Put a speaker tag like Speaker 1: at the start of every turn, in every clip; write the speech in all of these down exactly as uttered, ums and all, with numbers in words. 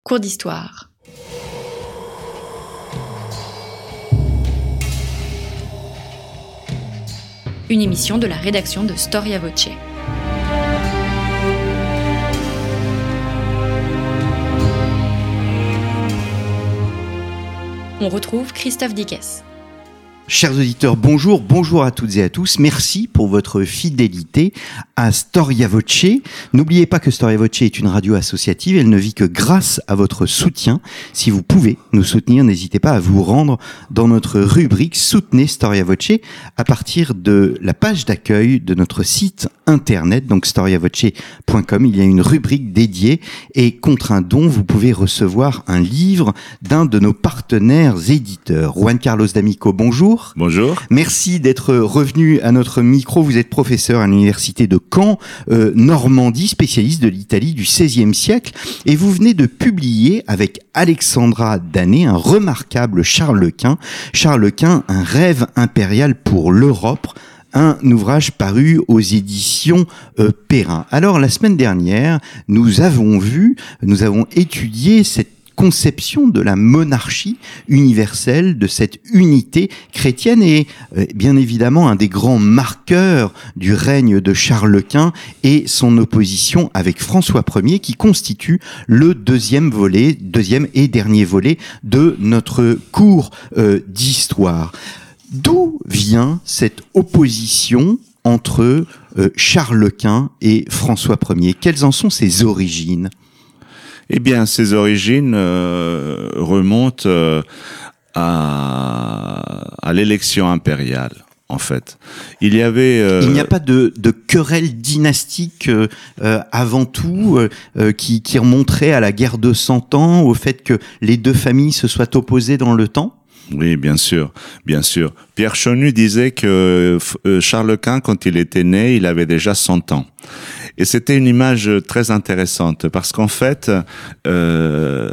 Speaker 1: cours d'histoire. Une émission de la rédaction de Storia Voce. On retrouve Christophe Dickès.
Speaker 2: Chers auditeurs, bonjour, bonjour à toutes et à tous. Merci pour votre fidélité à Storia Voce. N'oubliez pas que Storia Voce est une radio associative. Elle ne vit que grâce à votre soutien. Si vous pouvez nous soutenir, n'hésitez pas à vous rendre dans notre rubrique Soutenez Storia Voce à partir de la page d'accueil de notre site internet, donc storia voce point com. Il y a une rubrique dédiée et contre un don, vous pouvez recevoir un livre d'un de nos partenaires éditeurs. Juan Carlos D'Amico, bonjour.
Speaker 3: Bonjour.
Speaker 2: Merci d'être revenu à notre micro. Vous êtes professeur à l'université de Caen, euh, Normandie, spécialiste de l'Italie du seizième siècle. Et vous venez de publier avec Alexandra Danet un remarquable Charles Quint. Charles Quint, un rêve impérial pour l'Europe. Un ouvrage paru aux éditions euh, Perrin. Alors, la semaine dernière, nous avons vu, nous avons étudié cette conception de la monarchie universelle, de cette unité chrétienne et euh, bien évidemment un des grands marqueurs du règne de Charles Quint et son opposition avec François Ier qui constitue le deuxième volet, deuxième et dernier volet de notre cours euh, d'histoire. D'où vient cette opposition entre euh, Charles Quint et François Ier? Quelles en sont ses origines?
Speaker 3: Eh bien, ses origines euh, remontent euh, à, à l'élection impériale, en fait. Il y avait... Euh...
Speaker 2: Il n'y a pas de, de querelle dynastique euh, euh, avant tout euh, qui, qui remonterait à la guerre de Cent Ans, au fait que les deux familles se soient opposées dans le temps?
Speaker 3: Oui, bien sûr, bien sûr. Pierre Chonu disait que Charles Quint, quand il était né, il avait déjà cent ans. Et c'était une image très intéressante parce qu'en fait, euh,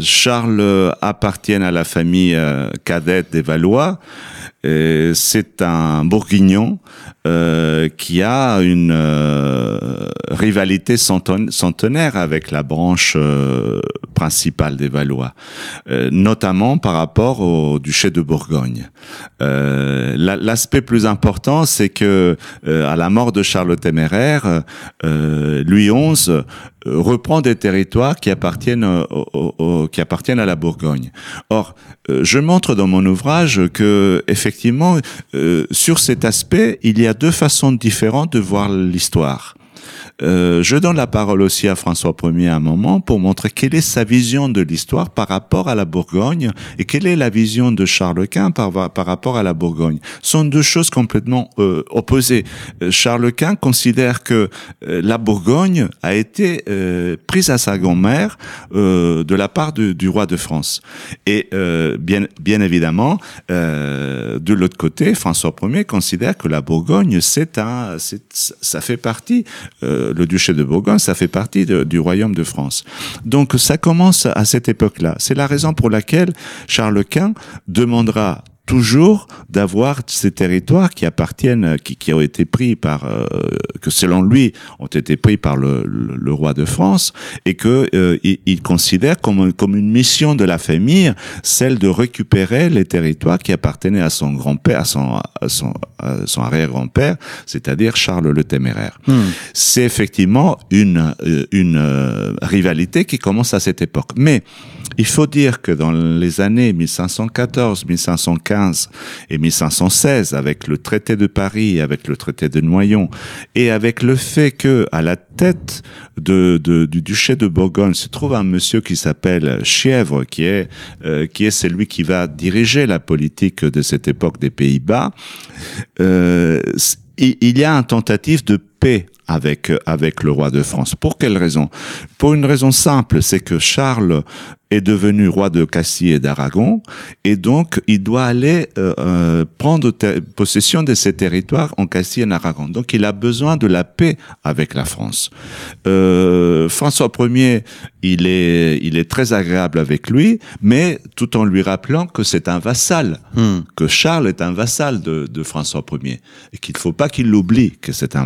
Speaker 3: Charles appartient à la famille euh, cadette des Valois. Et c'est un Bourguignon euh, qui a une euh, rivalité centenaire avec la branche euh, principale des Valois, euh, notamment par rapport au duché de Bourgogne. Euh, l'aspect plus important, c'est que euh, à la mort de Charles le Téméraire, euh, Louis onze reprend des territoires qui appartiennent au, au, au, qui appartiennent à la Bourgogne. Or, euh, je montre dans mon ouvrage que effectivement, euh, sur cet aspect, il y a deux façons différentes de voir l'histoire. Euh, je donne la parole aussi à François Ier à un moment pour montrer quelle est sa vision de l'histoire par rapport à la Bourgogne et quelle est la vision de Charles Quint par, par rapport à la Bourgogne. Ce sont deux choses complètement euh, opposées. Euh, Charles Quint considère que euh, la Bourgogne a été euh, prise à sa grand-mère euh, de la part de, du roi de France. Et euh, bien, bien évidemment, euh, de l'autre côté, François Ier considère que la Bourgogne, c'est un, c'est, ça fait partie euh, le duché de Bourgogne, ça fait partie de, du royaume de France. Donc ça commence à cette époque-là. C'est la raison pour laquelle Charles Quint demandera toujours d'avoir ces territoires qui appartiennent, qui, qui ont été pris par, euh, que selon lui ont été pris par le, le, le roi de France, et que euh, il, il considère comme comme une mission de la famille, celle de récupérer les territoires qui appartenaient à son grand-père, à son à son, à son arrière-grand-père, c'est-à-dire Charles le Téméraire. Hmm. C'est effectivement une une euh, rivalité qui commence à cette époque, mais il faut dire que dans les années mille cinq cent quatorze, mille cinq cent quinze et mille cinq cent seize, avec le traité de Paris, avec le traité de Noyon, et avec le fait que à la tête de, de, du duché de Bourgogne se trouve un monsieur qui s'appelle Chièvre, qui est euh, qui est celui qui va diriger la politique de cette époque des Pays-Bas. Euh, il y a une tentative de paix avec avec le roi de France. Pour quelle raison? Pour une raison simple, c'est que Charles est devenu roi de Castille et d'Aragon, et donc il doit aller euh, euh, prendre ter- possession de ces territoires en Castille et en Aragon. Donc il a besoin de la paix avec la France. Euh, François Ier, il est il est très agréable avec lui, mais tout en lui rappelant que c'est un vassal, hmm. que Charles est un vassal de, de François Ier, et qu'il ne faut pas qu'il l'oublie que c'est un vassal.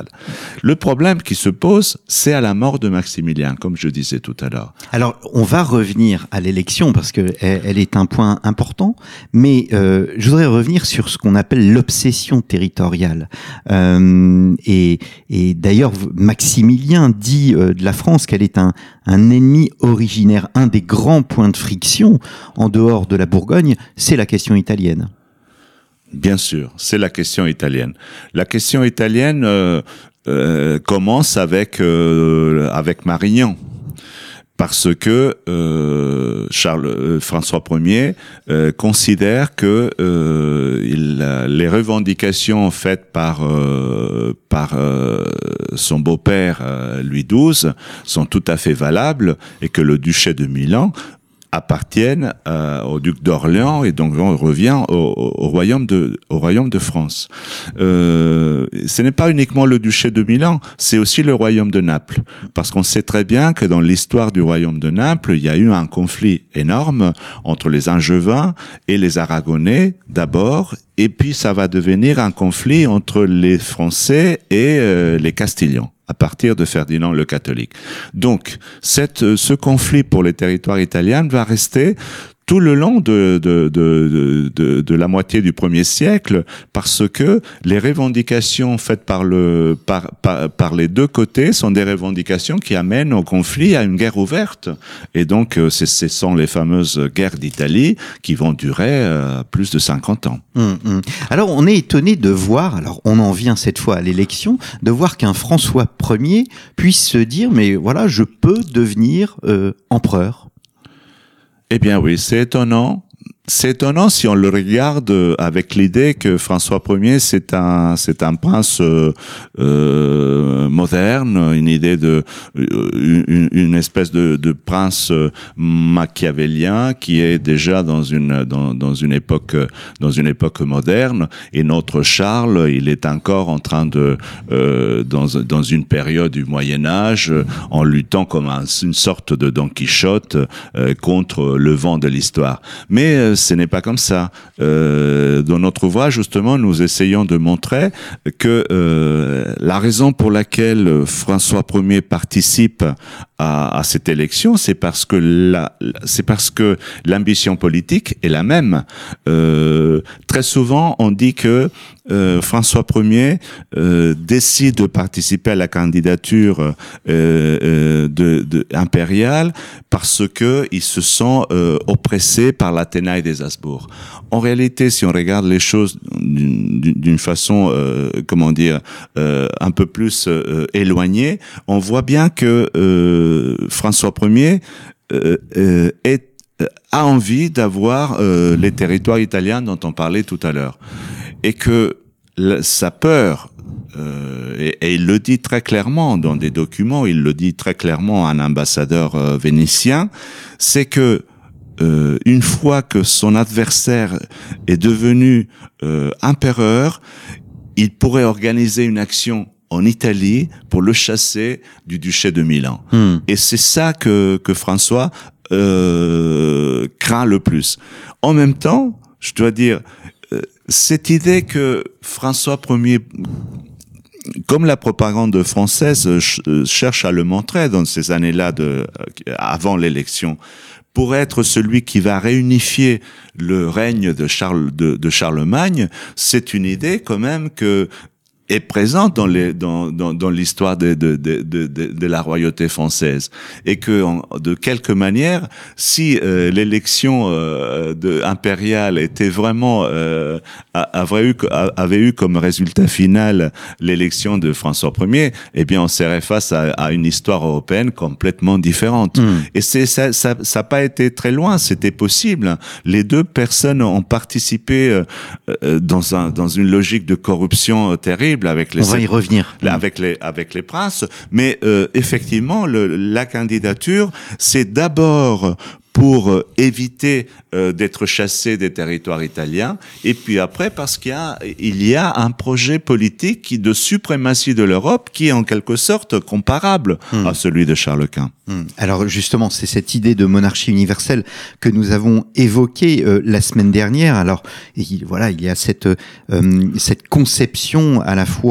Speaker 3: Le problème qui se pose, c'est à la mort de Maximilien, comme je disais tout à l'heure.
Speaker 2: Alors, on va revenir à l'élection parce que elle, elle est un point important, mais euh, je voudrais revenir sur ce qu'on appelle l'obsession territoriale. Euh, et, et d'ailleurs, Maximilien dit euh, de la France qu'elle est un, un ennemi originaire. Un des grands points de friction, en dehors de la Bourgogne, c'est la question italienne.
Speaker 3: Bien sûr, c'est la question italienne. La question italienne euh, euh, commence avec euh, avec Marignan, parce que euh, Charles euh, François Ier euh, considère que euh, il, les revendications faites par euh, par euh, son beau-père euh, Louis douze sont tout à fait valables et que le duché de Milan appartiennent euh, au duc d'Orléans et donc on revient au, au royaume de au royaume de France. Euh, ce n'est pas uniquement le duché de Milan, c'est aussi le royaume de Naples, parce qu'on sait très bien que dans l'histoire du royaume de Naples, il y a eu un conflit énorme entre les Angevins et les Aragonais d'abord, et puis ça va devenir un conflit entre les Français et euh, les Castillans, à partir de Ferdinand le Catholique. Donc, cette, ce conflit pour les territoires italiens va rester tout le long de, de, de, de, de la moitié du premier siècle, parce que les revendications faites par, le, par, par, par les deux côtés sont des revendications qui amènent au conflit, à une guerre ouverte. Et donc, ce sont les fameuses guerres d'Italie qui vont durer euh, plus de cinquante ans.
Speaker 2: Hum, hum. Alors, on est étonné de voir, alors on en vient cette fois à l'élection, de voir qu'un François Ier puisse se dire, mais voilà, je peux devenir euh, empereur.
Speaker 3: Eh bien oui, c'est étonnant. C'est étonnant si on le regarde avec l'idée que François Ier c'est un c'est un prince euh, euh, moderne, une idée de une, une espèce de, de prince machiavélien qui est déjà dans une dans, dans une époque dans une époque moderne, et notre Charles, il est encore en train de euh, dans dans une période du Moyen Âge, en luttant comme un, une sorte de Don Quichotte euh, contre le vent de l'histoire. Mais euh, ce n'est pas comme ça. Euh, dans notre voie, justement, nous essayons de montrer que euh, la raison pour laquelle François Ier participe à, à cette élection, c'est parce que la, c'est parce que l'ambition politique est la même. Euh, très souvent, on dit que Euh, François Ier euh, décide de participer à la candidature euh, euh, de, de impériale parce que il se sent euh, oppressé par la tenaille des Habsbourg. En réalité, si on regarde les choses d'une, d'une façon, euh, comment dire, euh, un peu plus euh, éloignée, on voit bien que euh, François Ier euh, euh, est a envie d'avoir euh, les territoires italiens dont on parlait tout à l'heure. Et que la, sa peur, euh, et, et il le dit très clairement dans des documents, il le dit très clairement à un ambassadeur euh, vénitien, c'est que euh, une fois que son adversaire est devenu euh, empereur, il pourrait organiser une action en Italie pour le chasser du duché de Milan. Mmh. Et c'est ça que, que François euh, craint le plus. En même temps, je dois dire, euh, cette idée que François Ier, comme la propagande française ch- cherche à le montrer dans ces années-là de, euh, avant l'élection, pour être celui qui va réunifier le règne de Charles, de, de Charlemagne, c'est une idée quand même que est présente dans les dans dans dans l'histoire de de de de de la royauté française, et que en, de quelque manière, si euh, l'élection euh, de impériale était vraiment euh, avait eu avait eu comme résultat final l'élection de François Ier, eh bien on serait face à, à une histoire européenne complètement différente. Mmh. Et c'est ça ça ça n'a pas été très loin, c'était possible. Les deux personnes ont participé euh, dans un dans une logique de corruption terrible. Avec les,
Speaker 2: on va y revenir.
Speaker 3: Avec les, avec les princes. Mais euh, effectivement, le, la candidature, c'est d'abord pour euh, éviter euh, d'être chassé des territoires italiens, et puis après parce qu'il y a, il y a un projet politique qui, de suprématie de l'Europe qui est en quelque sorte comparable mmh. à celui de Charles Quint.
Speaker 2: Mmh. Alors justement, c'est cette idée de monarchie universelle que nous avons évoquée euh, la semaine dernière. Alors il, voilà, il y a cette, euh, cette conception à la fois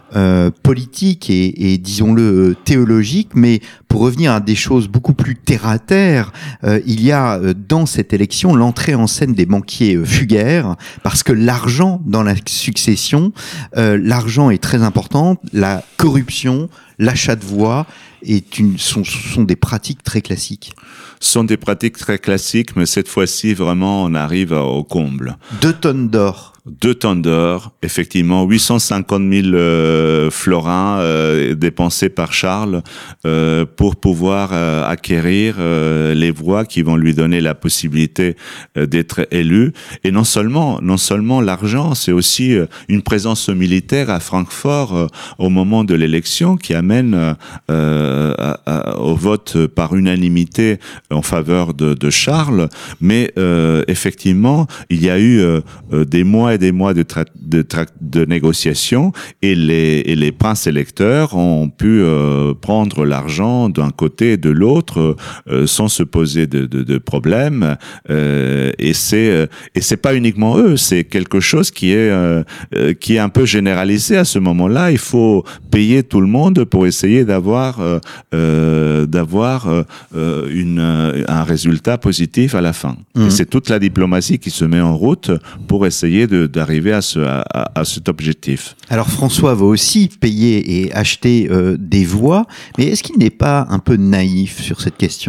Speaker 2: euh, politique et, et disons-le théologique, mais pour revenir à des choses beaucoup plus terre à terre, euh, il y a euh, dans cette élection l'entrée en scène des banquiers euh, fuguaires, parce que l'argent dans la succession, euh, l'argent est très important, la corruption, l'achat de voix est une, sont, sont des pratiques très classiques.
Speaker 3: Ce sont des pratiques très classiques, mais cette fois-ci, vraiment, on arrive au comble.
Speaker 2: Deux tonnes d'or.
Speaker 3: Deux tonnes d'or, effectivement, huit cent cinquante mille euh, florins euh, dépensés par Charles euh, pour pouvoir euh, acquérir euh, les voix qui vont lui donner la possibilité euh, d'être élu. Et non seulement, non seulement l'argent, c'est aussi euh, une présence militaire à Francfort euh, au moment de l'élection qui amène euh, à, à, au vote par unanimité en faveur de, de Charles. Mais euh, effectivement, il y a eu euh, des mois et des mois de, tra- de, tra- de négociations et les, et les princes électeurs ont pu euh, prendre l'argent d'un côté et de l'autre euh, sans se poser de, de, de problème. Euh, et c'est euh, et c'est pas uniquement eux, c'est quelque chose qui est euh, qui est un peu généralisé à ce moment-là. Il faut payer tout le monde pour essayer d'avoir euh, euh, d'avoir euh, une un résultat positif à la fin. Mmh. Et c'est toute la diplomatie qui se met en route pour essayer de d'arriver à, ce, à, à cet objectif.
Speaker 2: Alors François va aussi payer et acheter euh, des voix, mais est-ce qu'il n'est pas un peu naïf sur cette question ?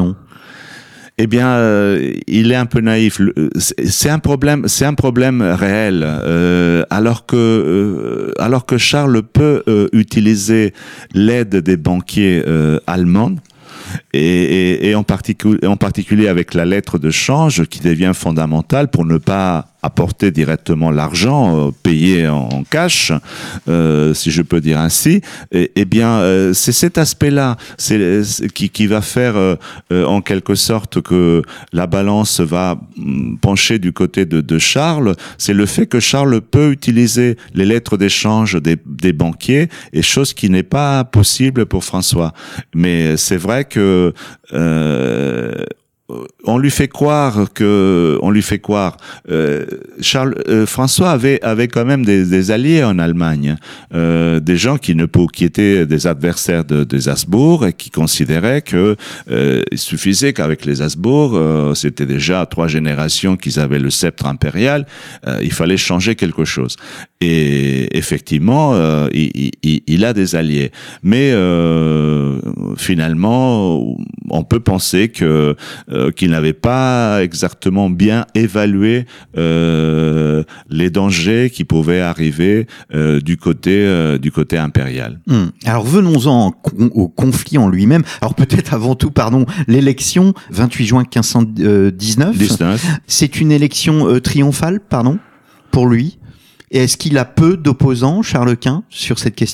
Speaker 3: Eh bien, euh, il est un peu naïf. C'est un problème, c'est un problème réel. Euh, alors que, euh, alors que Charles peut euh, utiliser l'aide des banquiers euh, allemands. Et, et, et en, particu- en particulier avec la lettre de change qui devient fondamentale pour ne pas apporter directement l'argent euh, payé en, en cash, euh, si je peux dire ainsi. Et, et bien, euh, c'est cet aspect-là, c'est, c'est qui, qui va faire euh, euh, en quelque sorte que la balance va pencher du côté de, de Charles. C'est le fait que Charles peut utiliser les lettres d'échange des, des banquiers, et chose qui n'est pas possible pour François. Mais c'est vrai que euh, on lui fait croire que, on lui fait croire. Euh, Charles, euh, François avait avait quand même des, des alliés en Allemagne, euh, des gens qui ne qui étaient des adversaires de, des Habsbourg et qui considéraient que euh, il suffisait qu'avec les Habsbourg, euh, c'était déjà trois générations qu'ils avaient le sceptre impérial, euh, il fallait changer quelque chose. Et effectivement, euh, il, il, il a des alliés, mais euh, finalement, on peut penser que euh, qu'il n'avait pas exactement bien évalué euh, les dangers qui pouvaient arriver euh, du côté euh, du côté impérial.
Speaker 2: Mmh. Alors venons-en au conflit en lui-même. Alors peut-être avant tout, pardon, l'élection vingt-huit juin quinze cent dix-neuf.
Speaker 3: dix-neuf.
Speaker 2: C'est une élection euh, triomphale, pardon, pour lui. Et est-ce qu'il a peu d'opposants, Charles Quint, sur cette question ?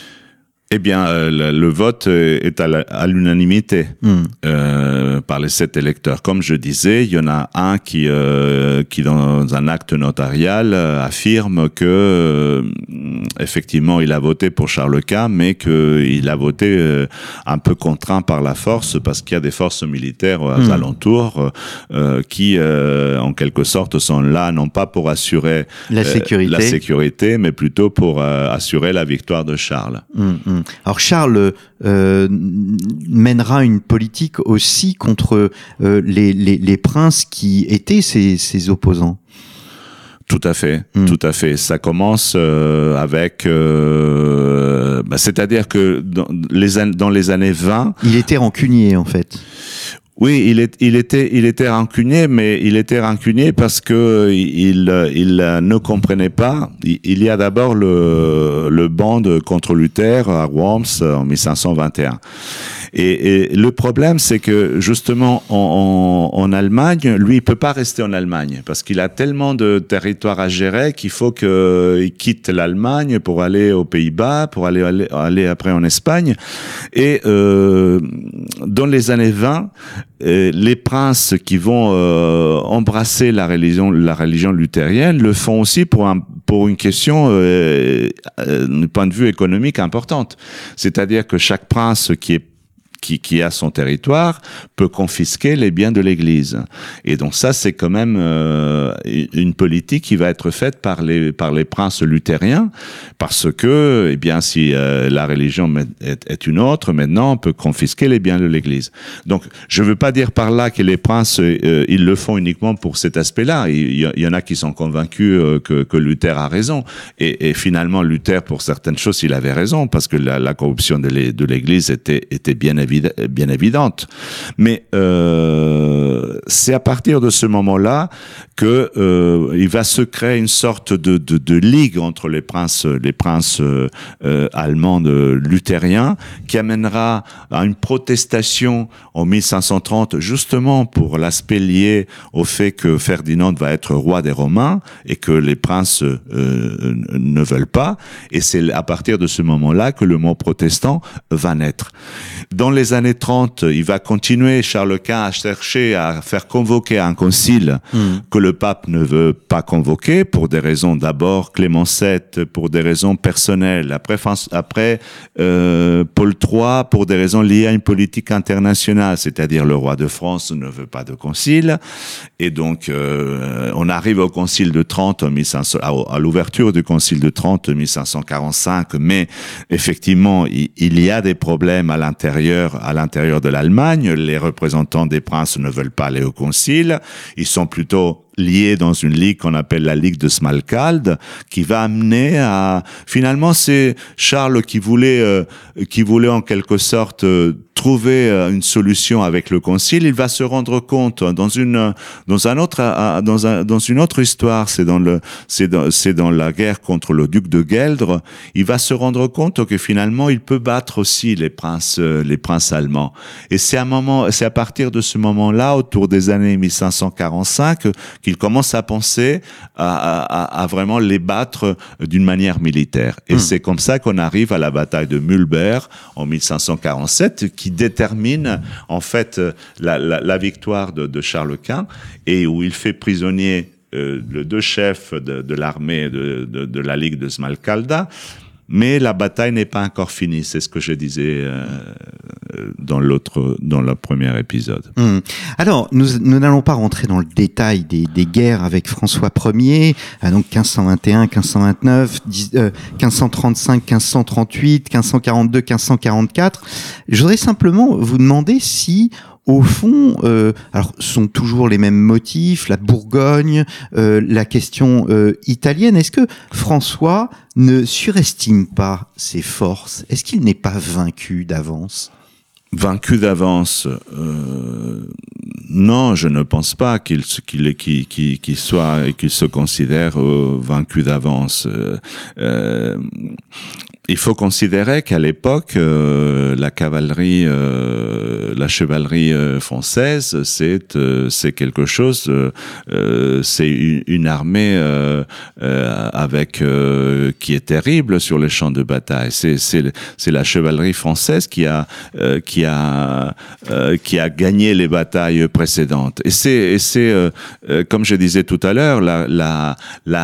Speaker 3: Eh bien, euh, le, le vote est à, la, à l'unanimité mmh. euh, par les sept électeurs. Comme je disais, il y en a un qui, euh, qui dans un acte notarial, euh, affirme que euh, effectivement, il a voté pour Charles Quint, mais qu'il a voté euh, un peu contraint par la force, parce qu'il y a des forces militaires aux mmh. alentours euh, qui, euh, en quelque sorte, sont là non pas pour assurer
Speaker 2: la sécurité,
Speaker 3: euh, la sécurité mais plutôt pour euh, assurer la victoire de Charles.
Speaker 2: Mmh, mmh. Alors Charles euh, mènera une politique aussi contre euh, les, les, les princes qui étaient ses, ses opposants.
Speaker 3: Tout à fait,
Speaker 2: mmh.
Speaker 3: tout à fait. Ça commence euh, avec, euh, bah, c'est-à-dire que dans les, an- dans les années vingt...
Speaker 2: Il était rancunier en fait.
Speaker 3: Oui, il, est, il était, il était rancunier, mais il était rancunier parce que il, il ne comprenait pas. Il, il y a d'abord le, le bande contre Luther à Worms en mille cinq cent vingt et un. Et, et le problème, c'est que justement en, en, en Allemagne, lui, il peut pas rester en Allemagne parce qu'il a tellement de territoire à gérer qu'il faut qu'il quitte l'Allemagne pour aller aux Pays-Bas, pour aller aller, aller après en Espagne. Et euh, dans les années vingt, euh, les princes qui vont euh, embrasser la religion, la religion luthérienne, le font aussi pour un pour une question euh, euh, du point de vue économique importante. C'est-à-dire que chaque prince qui est qui, qui a son territoire peut confisquer les biens de l'Église. Et donc ça, c'est quand même euh, une politique qui va être faite par les par les princes luthériens, parce que, eh bien, si euh, la religion est, est une autre, maintenant, on peut confisquer les biens de l'Église. Donc, je veux pas dire par là que les princes, euh, ils le font uniquement pour cet aspect-là. Il y, il y en a qui sont convaincus euh, que, que Luther a raison. Et, et finalement, Luther, pour certaines choses, il avait raison, parce que la, la corruption de l'Église était, était bien, évid- bien évidente. Mais euh, c'est à partir de ce moment-là que euh, il va se créer une sorte de, de, de ligue entre les princes, les princes euh, euh, allemands de, luthériens, qui amènera à une protestation en mille cinq cent trente, justement pour l'aspect lié au fait que Ferdinand va être roi des Romains et que les princes euh, ne veulent pas. Et c'est à partir de ce moment-là que le mot protestant va naître. Dans les années trente, il va continuer, Charles Quint, à chercher à faire convoquer un concile mmh. que le pape ne veut pas convoquer pour des raisons, d'abord Clément sept pour des raisons personnelles, après, après euh, Paul trois pour des raisons liées à une politique internationale, c'est-à-dire le roi de France ne veut pas de concile, et donc euh, on arrive au concile de Trente, mille cinq cents, à l'ouverture du concile de Trente, mille cinq cent quarante-cinq, mais effectivement il, il y a des problèmes à l'intérieur, à l'intérieur de l'Allemagne. Les représentants des princes ne veulent pas aller au concile, ils sont plutôt liés dans une ligue qu'on appelle la Ligue de Smalkalde, qui va amener à... Finalement, c'est Charles qui voulait, euh, qui voulait en quelque sorte euh, trouver euh, une solution avec le concile. Il va se rendre compte dans une, dans un autre, euh, dans un, dans une autre histoire. C'est dans le, c'est dans, c'est dans la guerre contre le duc de Gueldre. Il va se rendre compte que finalement, il peut battre aussi les princes, euh, les princes allemands. Et c'est un moment, c'est à partir de ce moment-là, autour des années mille cinq cent quarante-cinq, qu'il commence à penser à, à, à vraiment les battre d'une manière militaire. Et mmh. c'est comme ça qu'on arrive à la bataille de Mühlberg en mille cinq cent quarante-sept, qui détermine en fait la, la, la victoire de, de Charles Quint, et où il fait prisonnier euh, les deux chefs de, de l'armée de, de, de la Ligue de Smalkalda. Mais la bataille n'est pas encore finie, c'est ce que je disais euh, dans l'autre, dans le premier épisode.
Speaker 2: Mmh. Alors, nous, nous n'allons pas rentrer dans le détail des, des guerres avec François Ier, euh, donc quinze cent vingt et un, quinze cent vingt-neuf, dix, euh, quinze cent trente-cinq, quinze cent trente-huit, quinze cent quarante-deux, quinze cent quarante-quatre. Je voudrais simplement vous demander si au fond, euh, alors sont toujours les mêmes motifs, la Bourgogne, euh, la question euh, italienne. Est-ce que François ne surestime pas ses forces? Est-ce qu'il n'est pas vaincu d'avance?
Speaker 3: Vaincu d'avance, euh, non, je ne pense pas qu'il qu'il qu'il qu'il, qu'il soit qu'il se considère euh, vaincu d'avance. Euh, euh, Il faut considérer qu'à l'époque, euh, la cavalerie, euh, la chevalerie euh, française, c'est euh, c'est quelque chose, euh, c'est une, une armée euh, euh, avec euh, qui est terrible sur les champs de bataille. C'est c'est c'est la chevalerie française qui a euh, qui a euh, qui a gagné les batailles précédentes. Et c'est et c'est euh, euh, comme je disais tout à l'heure, la la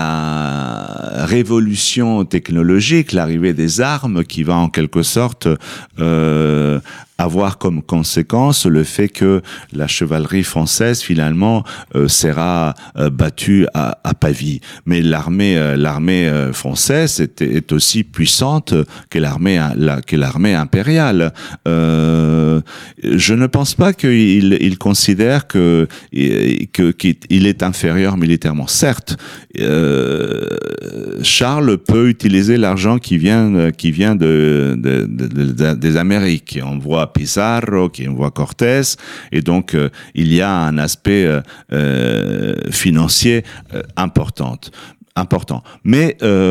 Speaker 3: la révolution technologique, l'arrivée des armes qui va en quelque sorte euh, avoir comme conséquence le fait que la chevalerie française finalement euh, sera euh, battue à, à Pavie. Mais l'armée, euh, l'armée euh, française est, est aussi puissante que l'armée, la, que l'armée impériale. Euh, je ne pense pas qu'il il considère que, que qu'il est inférieur militairement. Certes, euh, Charles peut utiliser l'argent qui vient qui vient de, de, de, de des Amériques. On voit Pizarro, qui envoie Cortés, et donc euh, il y a un aspect euh, euh, financier euh, important. important. Mais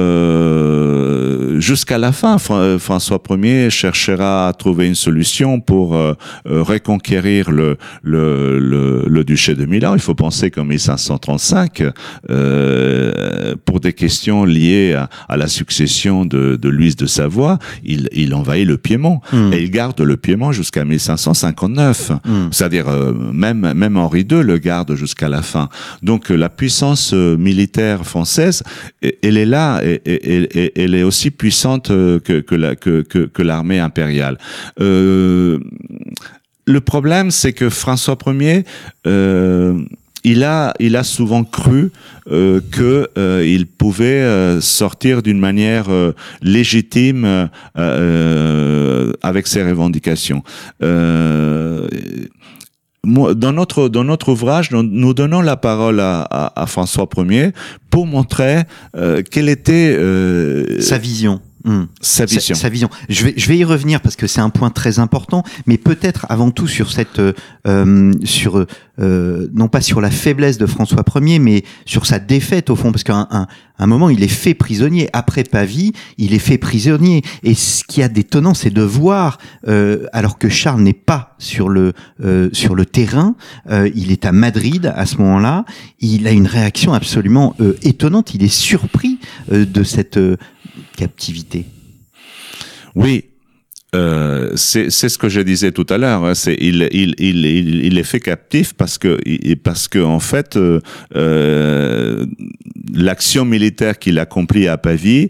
Speaker 3: euh, jusqu'à la fin, Fra- François Ier cherchera à trouver une solution pour euh, reconquérir le, le, le, le duché de Milan. Il faut penser qu'en mille cinq cent trente-cinq, euh, pour des questions liées à, à la succession de, de Louis de Savoie, il, il envahit le Piémont. Mmh. Et il garde le Piémont jusqu'à mille cinq cent cinquante-neuf. Mmh. C'est-à-dire, euh, même, même Henri deux le garde jusqu'à la fin. Donc, la puissance militaire française française, elle est là, et, et, et, elle est aussi puissante que, que, la, que, que, que l'armée impériale. Euh, le problème, c'est que François Ier, euh, il a, il a souvent cru euh, que euh, il pouvait euh, sortir d'une manière euh, légitime euh, euh, avec ses revendications. Euh, Dans notre, dans notre ouvrage, nous donnons la parole à, à, à François Ier pour montrer euh, quelle était euh,
Speaker 2: sa vision. Mmh.
Speaker 3: Sa vision.
Speaker 2: Sa, sa vision. Je vais, je vais y revenir parce que c'est un point très important, mais peut-être avant tout sur cette, euh, sur, euh, non pas sur la faiblesse de François Ier, mais sur sa défaite au fond, parce qu'à un, un, un moment il est fait prisonnier. Après Pavie, il est fait prisonnier. Et ce qui est étonnant, c'est de voir, euh, alors que Charles n'est pas sur le, euh, sur le terrain, euh, il est à Madrid à ce moment-là. Il a une réaction absolument euh, étonnante. Il est surpris euh, de cette euh, captivité.
Speaker 3: Oui, euh, c'est c'est ce que je disais tout à l'heure. Hein, c'est il il il il il est fait captif parce que parce que en fait euh, euh, l'action militaire qu'il accomplit à Pavie,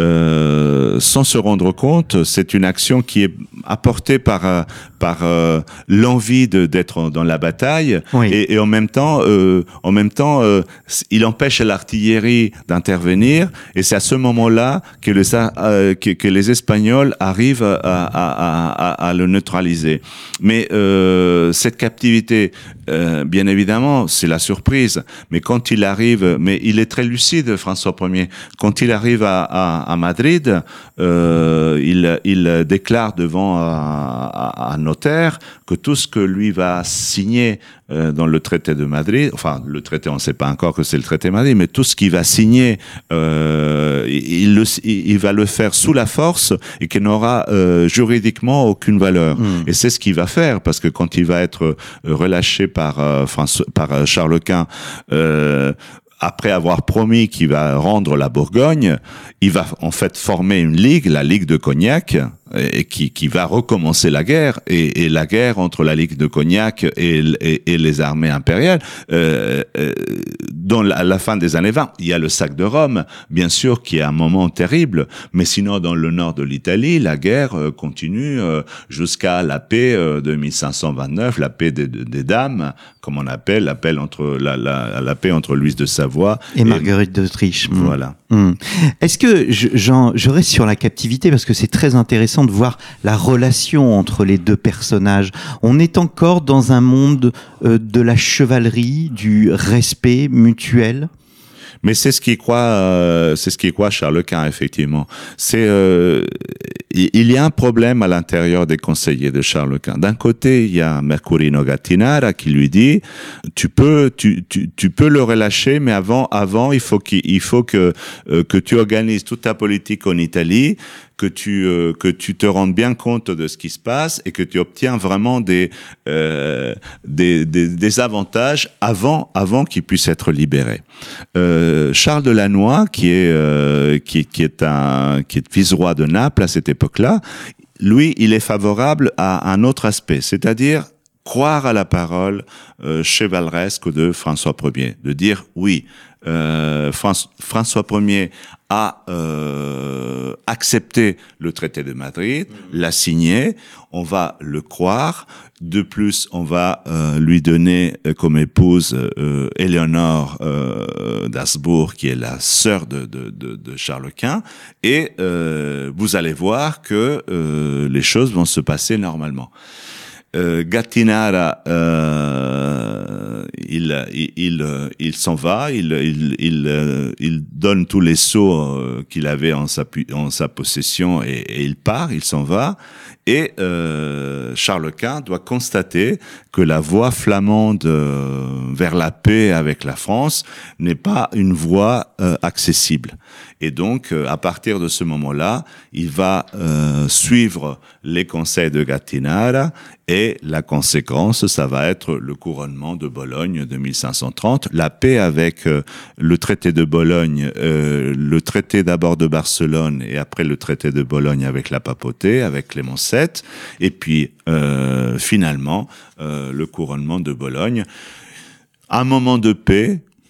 Speaker 3: euh, sans se rendre compte, c'est une action qui est apportée par par euh, l'envie de d'être dans la bataille, oui. et, et en même temps, euh, en même temps, euh, il empêche l'artillerie d'intervenir, et c'est à ce moment-là que les euh, que, que les Espagnols arrivent à à, à, à le neutraliser. Mais euh, cette captivité, euh, bien évidemment, c'est la surprise. Mais quand il arrive, mais il est très lucide, François Ier. Quand il arrive à, à, à Madrid, euh, il, il déclare devant un notaire que tout ce que lui va signer euh, dans le traité de Madrid, enfin le traité, on ne sait pas encore que c'est le traité de Madrid, mais tout ce qu'il va signer, euh, il, le, il va le faire sous la force et qu'il n'aura euh, juridiquement aucune valeur. Mmh. Et c'est ce qu'il va faire, parce que quand il va être relâché par, euh, François, par Charles Quint, euh, après avoir promis qu'il va rendre la Bourgogne, il va en fait former une ligue, la Ligue de Cognac, et qui, qui va recommencer la guerre, et, et la guerre entre la Ligue de Cognac et, et, et les armées impériales, euh, euh, dans la, la fin des années vingt. Il y a le sac de Rome, bien sûr, qui est un moment terrible, mais sinon, dans le nord de l'Italie, la guerre euh, continue euh, jusqu'à la paix euh, de mille cinq cent vingt-neuf, la paix des, des dames, comme on appelle, la paix entre, la, la, la paix entre Louise de Savoie
Speaker 2: et, et Marguerite d'Autriche.
Speaker 3: Voilà.
Speaker 2: Mmh. Est-ce que je, j'en, je reste sur la captivité, parce que c'est très intéressant de voir la relation entre les deux personnages. On est encore dans un monde euh, de la chevalerie, du respect mutuel.
Speaker 3: Mais c'est ce qu'il croit, euh, c'est ce qu'il croit Charles Quint, effectivement. C'est, euh, il y a un problème à l'intérieur des conseillers de Charles Quint. D'un côté, il y a Mercurino Gattinara qui lui dit, tu peux, tu, tu, tu peux le relâcher, mais avant, avant, il faut qu'il, il faut que, euh, que tu organises toute ta politique en Italie, que tu euh, que tu te rendes bien compte de ce qui se passe et que tu obtiens vraiment des euh, des, des des avantages avant avant qu'il puisse être libéré. Euh, Charles de Lannoy, qui est euh, qui qui est un qui est vice-roi de Naples à cette époque-là, lui, il est favorable à un autre aspect, c'est-à-dire croire à la parole euh, chevaleresque de François Ier, de dire oui, euh, François, François Ier a euh, accepté le traité de Madrid, mmh. l'a signé, on va le croire. De plus, on va euh, lui donner euh, comme épouse euh, Éléonore euh, d'Habsbourg, qui est la sœur de, de, de, de Charles Quint, et euh, vous allez voir que euh, les choses vont se passer normalement. Euh, Gattinara, euh, il, il, il, il s'en va, il, il, il, il donne tous les sceaux euh, qu'il avait en sa, en sa possession, et, et il part, il s'en va. Et euh, Charles Quint doit constater que la voie flamande euh, vers la paix avec la France n'est pas une voie euh, accessible. Et donc, euh, à partir de ce moment-là, il va euh, suivre les conseils de Gattinara, et la conséquence, ça va être le couronnement de Bologne de mille cinq cent trente, la paix avec euh, le traité de Bologne, euh, le traité d'abord de Barcelone, et après le traité de Bologne avec la papauté, avec Clément sept, et puis euh, finalement euh, le couronnement de Bologne. Un moment de paix,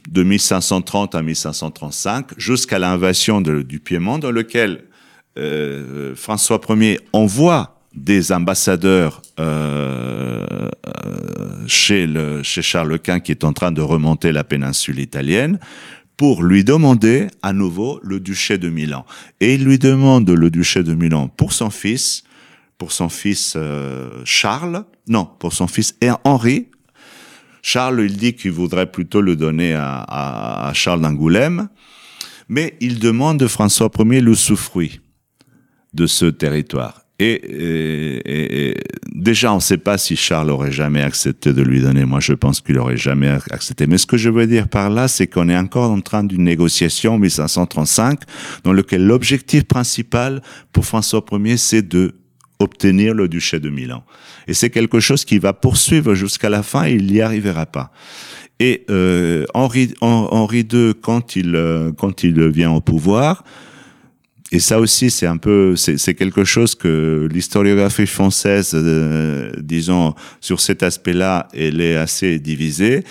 Speaker 3: de mille cinq cent trente à mille cinq cent trente-cinq, jusqu'à l'invasion de, du Piémont, dans lequel euh, François Ier envoie des ambassadeurs euh, euh, chez, le, chez Charles Quint, qui est en train de remonter la péninsule italienne, pour lui demander à nouveau le duché de Milan. Et il lui demande le duché de Milan pour son fils, pour son fils euh, Charles, non, pour son fils Henri. Charles, il dit qu'il voudrait plutôt le donner à, à, à Charles d'Angoulême, mais il demande de François Ier l'usufruit de ce territoire. Et, et, et, et déjà, on ne sait pas si Charles aurait jamais accepté de lui donner. Moi, je pense qu'il aurait jamais accepté. Mais ce que je veux dire par là, c'est qu'on est encore en train d'une négociation en mille cinq cent trente-cinq, dans lequel l'objectif principal pour François Ier, c'est de obtenir le duché de Milan. Et c'est quelque chose qui va poursuivre jusqu'à la fin, et il n'y arrivera pas. Et euh, Henri, Henri deux, quand il, quand il vient au pouvoir, et ça aussi, c'est un peu, c'est, c'est quelque chose que l'historiographie française, euh, disons, sur cet aspect-là, elle est assez divisée.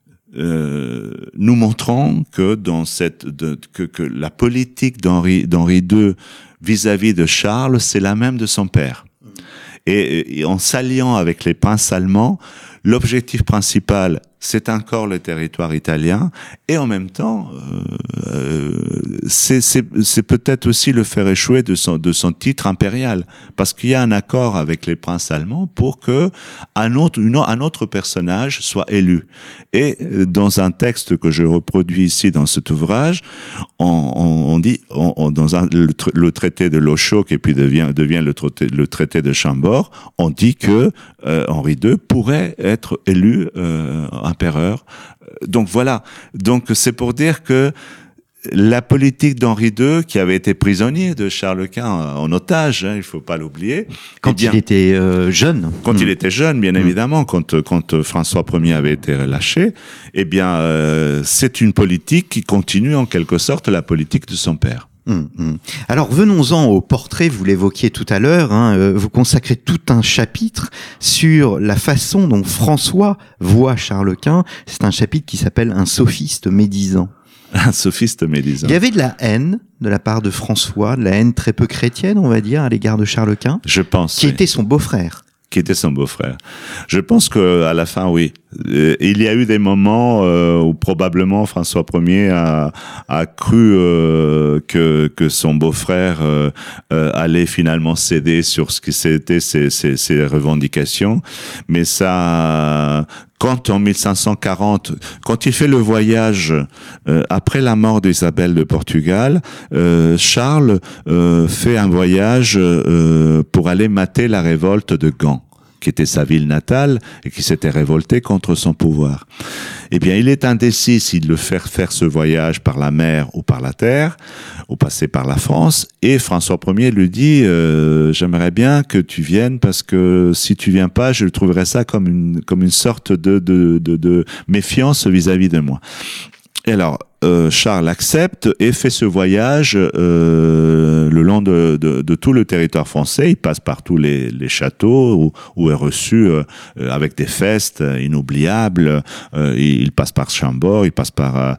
Speaker 3: Euh, nous montrons que dans cette, de, que, que la politique d'Henri, d'Henri deux vis-à-vis de Charles, c'est la même de son père. Et, et en s'alliant avec les princes allemands, l'objectif principal, c'est encore le territoire italien, et en même temps, euh, euh, c'est, c'est, c'est peut-être aussi le faire échouer de son, de son titre impérial, parce qu'il y a un accord avec les princes allemands pour que un autre, une, un autre personnage soit élu. Et dans un texte que je reproduis ici dans cet ouvrage, on, on, on dit, on, on, dans un, le, le traité de Lochow, qui puis devient, devient le, traité, le traité de Chambord, on dit que euh, Henri deux pourrait être élu euh, empereur. Donc voilà. Donc c'est pour dire que la politique d'Henri deux, qui avait été prisonnier de Charles Quint en otage, hein, il faut pas l'oublier.
Speaker 2: Quand
Speaker 3: eh bien,
Speaker 2: il était euh, jeune.
Speaker 3: Quand mmh. il était jeune, bien mmh. évidemment, quand, quand François Ier avait été relâché, eh bien, euh, c'est une politique qui continue en quelque sorte la politique de son père.
Speaker 2: Mmh. Alors venons-en au portrait, vous l'évoquiez tout à l'heure, hein, euh, vous consacrez tout un chapitre sur la façon dont François voit Charles Quint. C'est un chapitre qui s'appelle « Un sophiste médisant ».
Speaker 3: Un sophiste médisant.
Speaker 2: Il y avait de la haine de la part de François, de la haine très peu chrétienne, on va dire, à l'égard de Charles Quint.
Speaker 3: Je pense.
Speaker 2: Qui
Speaker 3: oui.
Speaker 2: était son beau-frère.
Speaker 3: Qui était son beau-frère. Je pense que à la fin, oui, euh, il y a eu des moments euh, où probablement François Ier a, a cru euh, que que son beau-frère euh, euh, allait finalement céder sur ce qui c'était ses, ses, ses revendications, mais ça. Quand en mille cinq cent quarante, quand il fait le voyage euh, après la mort d'Isabelle de Portugal, euh, Charles euh, fait un voyage euh, pour aller mater la révolte de Gand, qui était sa ville natale et qui s'était révolté contre son pouvoir. Eh bien, il est indécis s'il le fait faire ce voyage par la mer ou par la terre, ou passer par la France. Et François Ier lui dit euh, « J'aimerais bien que tu viennes parce que si tu viens pas, je trouverais ça comme une comme une sorte de de de, de méfiance vis-à-vis de moi. » Et alors, euh, Charles accepte et fait ce voyage euh, le long de, de, de tout le territoire français. Il passe par tous les, les châteaux où, où est reçu euh, avec des festes inoubliables. Euh, il passe par Chambord, il passe par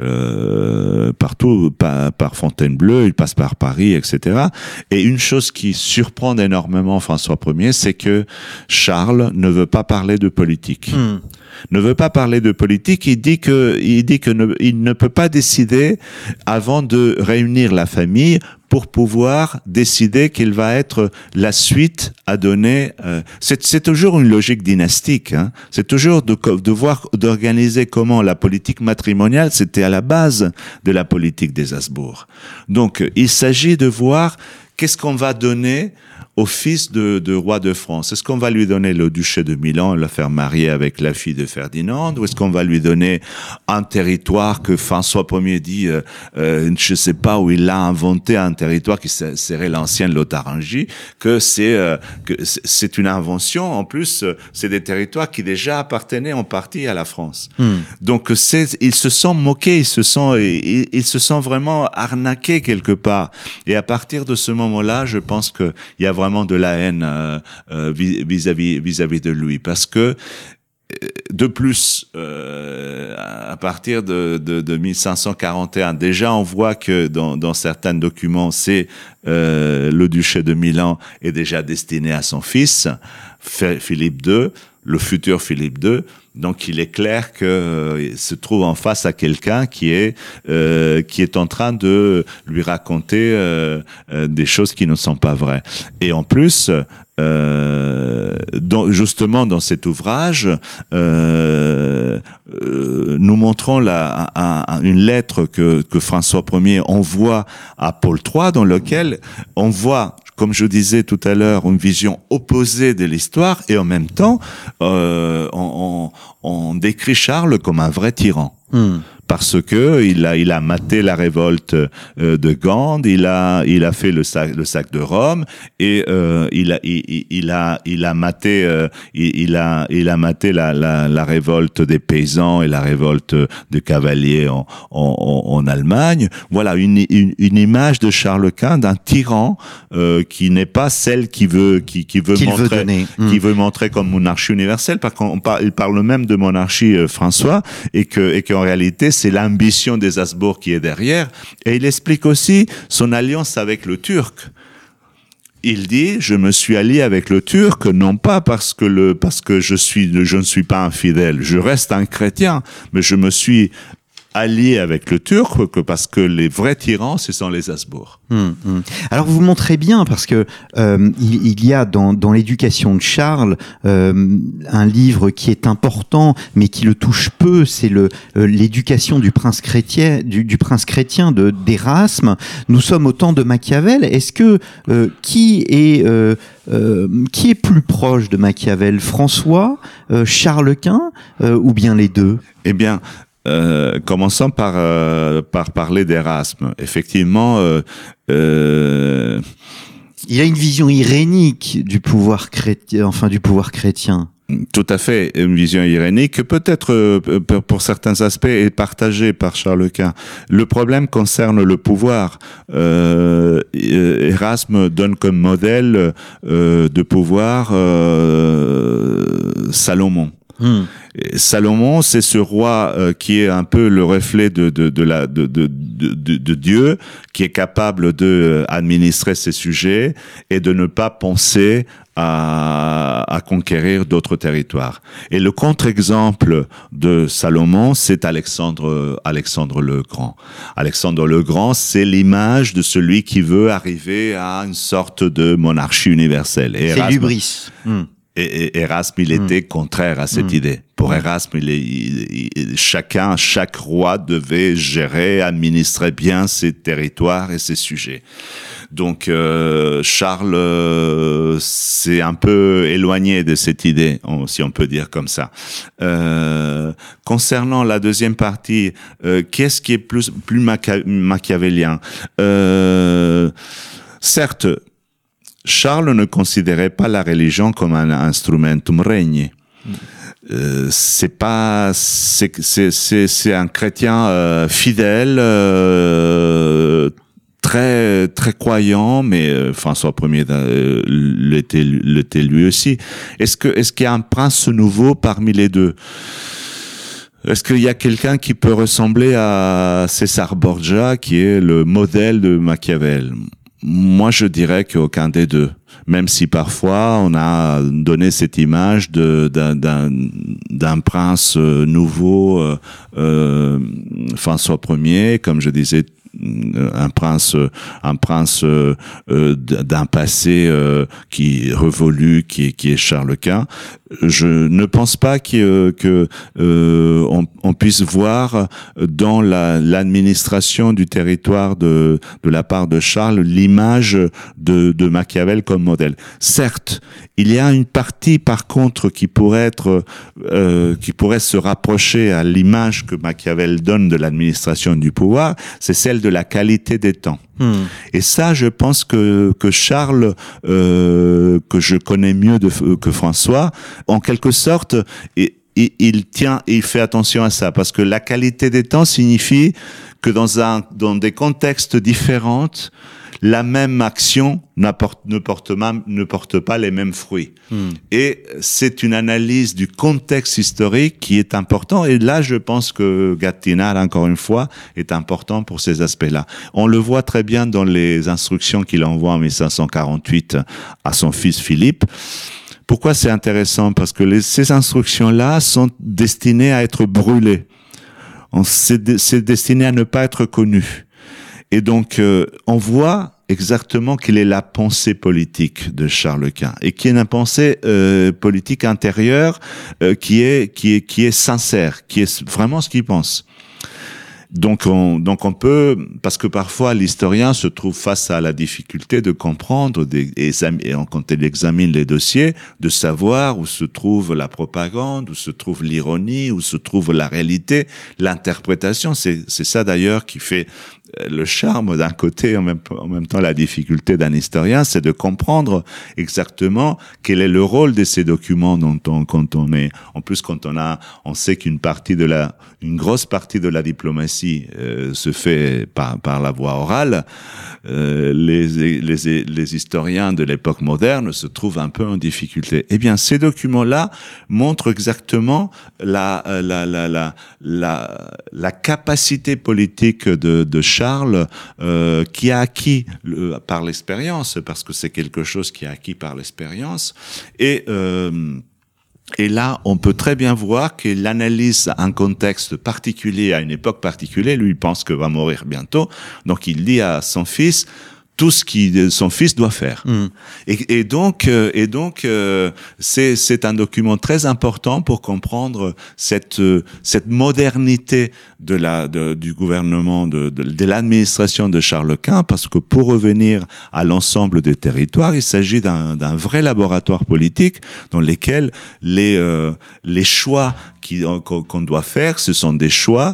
Speaker 3: euh, partout, par, par Fontainebleau, il passe par Paris, et cetera. Et une chose qui surprend énormément François Ier, c'est que Charles ne veut pas parler de politique. Mmh. Ne veut pas parler de politique. Il dit que, il dit que ne, il ne peut pas décider avant de réunir la famille pour pouvoir décider quelle va être la suite à donner. Euh, c'est, c'est toujours une logique dynastique. Hein. C'est toujours de, de voir, d'organiser comment la politique matrimoniale, c'était à la base de la politique des Habsbourg. Donc, il s'agit de voir qu'est-ce qu'on va donner au fils de, de roi de France. Est-ce qu'on va lui donner le duché de Milan et le faire marier avec la fille de Ferdinand, ou est-ce qu'on va lui donner un territoire que François Ier dit, euh, euh, je sais pas où il a inventé un territoire qui serait l'ancienne Lotharingie, que c'est euh, que c'est une invention. En plus, c'est des territoires qui déjà appartenaient en partie à la France. Hmm. Donc c'est, ils se sont moqués, ils se sont, ils, ils se sont vraiment arnaqués quelque part. Et à partir de ce moment-là, je pense que il y a vraiment de la haine euh, euh, vis-à-vis vis-à-vis de lui, parce que de plus, euh, à partir de, de, de mille cinq cent quarante et un, déjà on voit que dans, dans certains documents, c'est euh, le duché de Milan est déjà destiné à son fils, Philippe deux, le futur Philippe deux. Donc il est clair que euh, il se trouve en face à quelqu'un qui est euh, qui est en train de lui raconter euh, euh, des choses qui ne sont pas vraies. Et en plus, euh, dans, justement dans cet ouvrage, euh, euh, nous montrons la, un, un, une lettre que que François Ier envoie à Paul trois, dans lequel on voit, comme je disais tout à l'heure, une vision opposée de l'histoire, et en même temps, euh, on, on, on décrit Charles comme un vrai tyran. Mmh. Parce que il a, il a maté la révolte euh, de Gand, il a, il a fait le sac, le sac de Rome, et euh, il a, il, il a, il a maté, euh, il, il a, il a maté la, la, la révolte des paysans et la révolte des cavaliers en, en, en Allemagne. Voilà une, une, une image de Charles Quint, d'un tyran euh, qui n'est pas celle qui veut, qui, qui veut
Speaker 2: qu'il
Speaker 3: montrer,
Speaker 2: veut donner.
Speaker 3: qui
Speaker 2: mmh.
Speaker 3: veut montrer comme monarchie universelle. Parce qu'on parle, il parle même de monarchie euh, François, et que, et qu'en réalité c'est l'ambition des Habsbourg qui est derrière. Et il explique aussi son alliance avec le Turc. Il dit, je me suis allié avec le Turc, non pas parce que le, parce que je suis, je ne suis pas infidèle, je reste un chrétien, mais je me suis allié avec le Turc que parce que les vrais tyrans, ce sont les Habsbourg.
Speaker 2: Hum, hum. Alors vous montrez bien, parce que euh, il, il y a dans, dans l'éducation de Charles euh, un livre qui est important, mais qui le touche peu, c'est le euh, l'éducation du prince chrétien, du, du prince chrétien de d'Érasme. Nous sommes au temps de Machiavel. Est-ce que euh, qui est euh, euh, qui est plus proche de Machiavel, François, euh, Charles Quint, euh, ou bien les deux?
Speaker 3: Eh bien, Euh, commençons par euh, par parler d'Érasme. Effectivement, euh, euh,
Speaker 2: il a une vision irénique du pouvoir chrétien, enfin du pouvoir chrétien.
Speaker 3: Tout à fait, une vision irénique, peut-être euh, pour certains aspects est partagée par Charles Quint. Le problème concerne le pouvoir. Euh, Érasme donne comme modèle euh, de pouvoir euh, Salomon. Mmh. Salomon, c'est ce roi euh, qui est un peu le reflet de de de la de de de, de Dieu, qui est capable de euh, administrer ses sujets et de ne pas penser à à conquérir d'autres territoires. Et le contre-exemple de Salomon, c'est Alexandre Alexandre le Grand. Alexandre le Grand, c'est l'image de celui qui veut arriver à une sorte de monarchie universelle. Et
Speaker 2: c'est
Speaker 3: Erasme,
Speaker 2: l'hubris. Mmh.
Speaker 3: Et Érasme, il était mmh. contraire à cette mmh. idée. Pour Érasme, il est, il, il, chacun, chaque roi devait gérer, administrer bien ses territoires et ses sujets. Donc euh, Charles euh, s'est un peu éloigné de cette idée, si on peut dire comme ça. Euh, concernant la deuxième partie, euh, qu'est-ce qui est plus, plus macha- machiavélien euh, Certes, Charles ne considérait pas la religion comme un instrumentum regni. Euh, c'est pas, c'est, c'est, c'est, c'est un chrétien euh, fidèle, euh, très, très croyant, mais euh, François Ier euh, l'était, l'était lui aussi. Est-ce que, est-ce qu'il y a un prince nouveau parmi les deux? Est-ce qu'il y a quelqu'un qui peut ressembler à César Borgia, qui est le modèle de Machiavel? Moi, je dirais qu'aucun des deux. Même si parfois on a donné cette image de, d'un, d'un, d'un prince nouveau, euh, euh, François Ier, comme je disais, un prince, un prince euh, d'un passé euh, qui révolu, qui, qui est Charles Quint. Je ne pense pas que, que euh, on, on puisse voir dans la, l'administration du territoire de, de la part de Charles l'image de, de Machiavel comme modèle. Certes, il y a une partie par contre qui pourrait être, euh, qui pourrait se rapprocher à l'image que Machiavel donne de l'administration du pouvoir, c'est celle de la qualité des temps. Hmm. Et ça, je pense que que Charles, euh, que je connais mieux de, que François, en quelque sorte, il, il, il tient, il fait attention à ça, parce que la qualité des temps signifie que dans un dans des contextes différents, la même action n'apporte, ne, porte ma, ne porte pas les mêmes fruits. Mm. Et c'est une analyse du contexte historique qui est important. Et là, je pense que Gattinara, encore une fois, est important pour ces aspects-là. On le voit très bien dans les instructions qu'il envoie en mille cinq cent quarante-huit à son fils Philippe. Pourquoi c'est intéressant? Parce que les, ces instructions-là sont destinées à être brûlées. On, c'est, c'est destiné à ne pas être connu. Et donc, euh, on voit exactement quelle est la pensée politique de Charles Quint, et qui est une pensée euh, politique intérieure euh, qui est qui est qui est sincère, qui est vraiment ce qu'il pense. Donc on, donc on peut, parce que parfois l'historien se trouve face à la difficulté de comprendre, des, et, et quand il examine les dossiers, de savoir où se trouve la propagande, où se trouve l'ironie, où se trouve la réalité, l'interprétation. C'est, c'est ça d'ailleurs qui fait le charme d'un côté, en même, en même temps la difficulté d'un historien, c'est de comprendre exactement quel est le rôle de ces documents dont on, quand on est, en plus quand on a, on sait qu'une partie de la, une grosse partie de la diplomatie euh, se fait par, par la voie orale, euh, les, les, les historiens de l'époque moderne se trouvent un peu en difficulté. Eh bien, ces documents-là montrent exactement la, la, la, la, la, la capacité politique de, de Charles, euh, qui a acquis le, par l'expérience, parce que c'est quelque chose qui a acquis par l'expérience. Et, euh, et là, on peut très bien voir qu'il analyse un contexte particulier, à une époque particulière. Lui, il pense qu'il va mourir bientôt. Donc, il dit à son fils tout ce que son fils doit faire. Mmh. Et, et donc, euh, et donc, euh, c'est c'est un document très important pour comprendre cette euh, cette modernité de la de, du gouvernement de, de de l'administration de Charles Quint, parce que pour revenir à l'ensemble des territoires, il s'agit d'un d'un vrai laboratoire politique dans lequel les euh, les choix qui qu'on, qu'on doit faire, ce sont des choix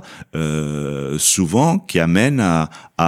Speaker 3: euh, souvent qui amènent à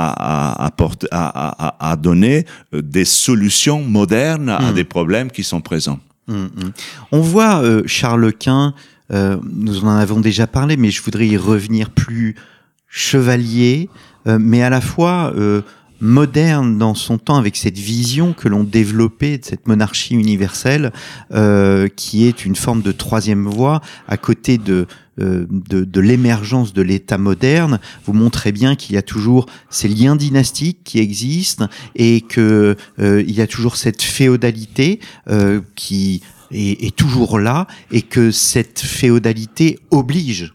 Speaker 3: à à à, porter, à, à à donner des solutions modernes à mmh. des problèmes qui sont présents.
Speaker 2: Mmh, mmh. On voit euh, Charles Quint, euh, nous en avons déjà parlé, mais je voudrais y revenir, plus chevalier, euh, mais à la fois euh, moderne dans son temps, avec cette vision que l'on développait de cette monarchie universelle, euh, qui est une forme de troisième voie à côté de Euh, de, de l'émergence de l'État moderne. Vous montrez bien qu'il y a toujours ces liens dynastiques qui existent et que euh, il y a toujours cette féodalité euh, qui est, est toujours là, et que cette féodalité oblige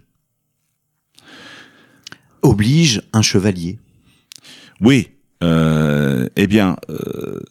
Speaker 2: oblige un chevalier.
Speaker 3: Oui, euh, eh bien, euh,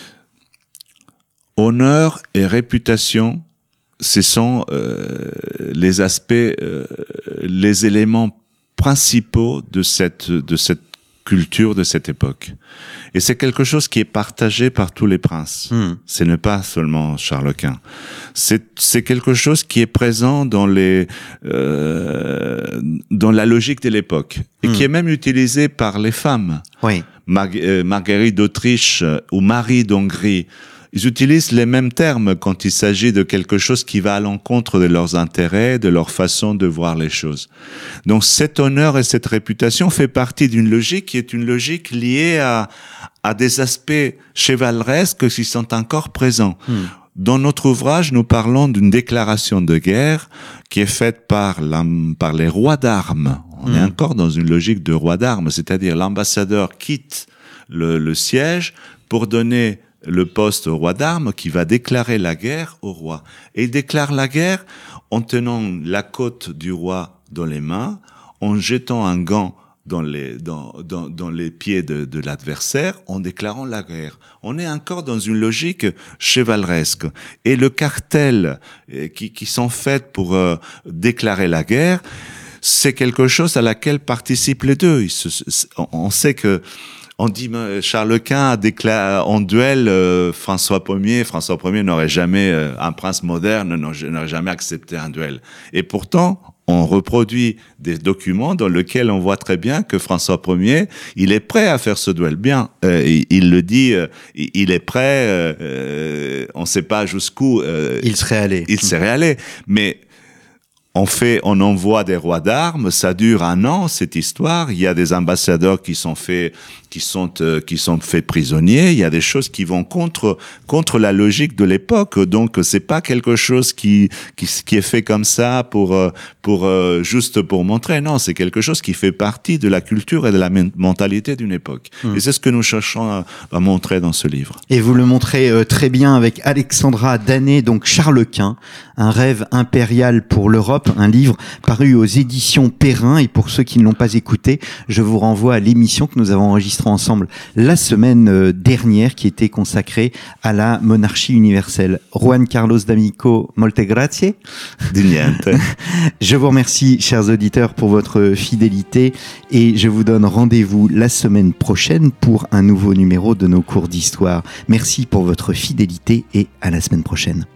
Speaker 3: honneur et réputation, ce sont euh, les aspects, euh, les éléments principaux de cette de cette culture de cette époque. Et c'est quelque chose qui est partagé par tous les princes. Mmh. Ce n'est pas seulement Charles Quint. C'est c'est quelque chose qui est présent dans les euh, dans la logique de l'époque, et mmh. qui est même utilisé par les femmes.
Speaker 2: Oui.
Speaker 3: Mar- euh, Marguerite d'Autriche ou Marie d'Hongrie. Ils utilisent les mêmes termes quand il s'agit de quelque chose qui va à l'encontre de leurs intérêts, de leur façon de voir les choses. Donc cet honneur et cette réputation fait partie d'une logique qui est une logique liée à, à des aspects chevaleresques qui sont encore présents. Hmm. Dans notre ouvrage, nous parlons d'une déclaration de guerre qui est faite par, la, par les rois d'armes. On mmh. est encore dans une logique de roi d'armes, c'est-à-dire l'ambassadeur quitte le, le siège pour donner le poste au roi d'armes, qui va déclarer la guerre au roi. Et il déclare la guerre en tenant la côte du roi dans les mains, en jetant un gant dans les, dans, dans, dans les pieds de, de l'adversaire, en déclarant la guerre. On est encore dans une logique chevaleresque. Et le cartel euh, qui, qui sont faits pour euh, déclarer la guerre, c'est quelque chose à laquelle participent les deux. Il se, on sait que on dit Charles Quint a déclaré en duel euh, François Ier. François Ier n'aurait jamais, euh, un prince moderne n'aurait jamais accepté un duel. Et pourtant, on reproduit des documents dans lesquels on voit très bien que François Ier, il est prêt à faire ce duel. Bien, euh, il, il le dit, euh, il est prêt. Euh, on ne sait pas jusqu'où euh,
Speaker 2: il serait allé.
Speaker 3: Il serait allé, mais on fait, on envoie des rois d'armes, ça dure un an cette histoire. Il y a des ambassadeurs qui sont faits, qui sont euh, qui sont faits prisonniers. Il y a des choses qui vont contre contre la logique de l'époque. Donc c'est pas quelque chose qui qui qui est fait comme ça pour euh, pour euh, juste pour montrer. Non, c'est quelque chose qui fait partie de la culture et de la mentalité d'une époque. Mmh. Et c'est ce que nous cherchons à, à montrer dans ce livre.
Speaker 2: Et vous le montrez euh, très bien avec Alexandra Danet, donc Charles Quint, un rêve impérial pour l'Europe. Un livre paru aux éditions Perrin. Et pour ceux qui ne l'ont pas écouté, je vous renvoie à l'émission que nous avons enregistrée ensemble la semaine dernière, qui était consacrée à la monarchie universelle. Juan Carlos D'Amico, molte grazie.
Speaker 3: Di niente.
Speaker 2: Je vous remercie, chers auditeurs, pour votre fidélité et je vous donne rendez-vous la semaine prochaine pour un nouveau numéro de nos cours d'histoire. Merci pour votre fidélité et à la semaine prochaine.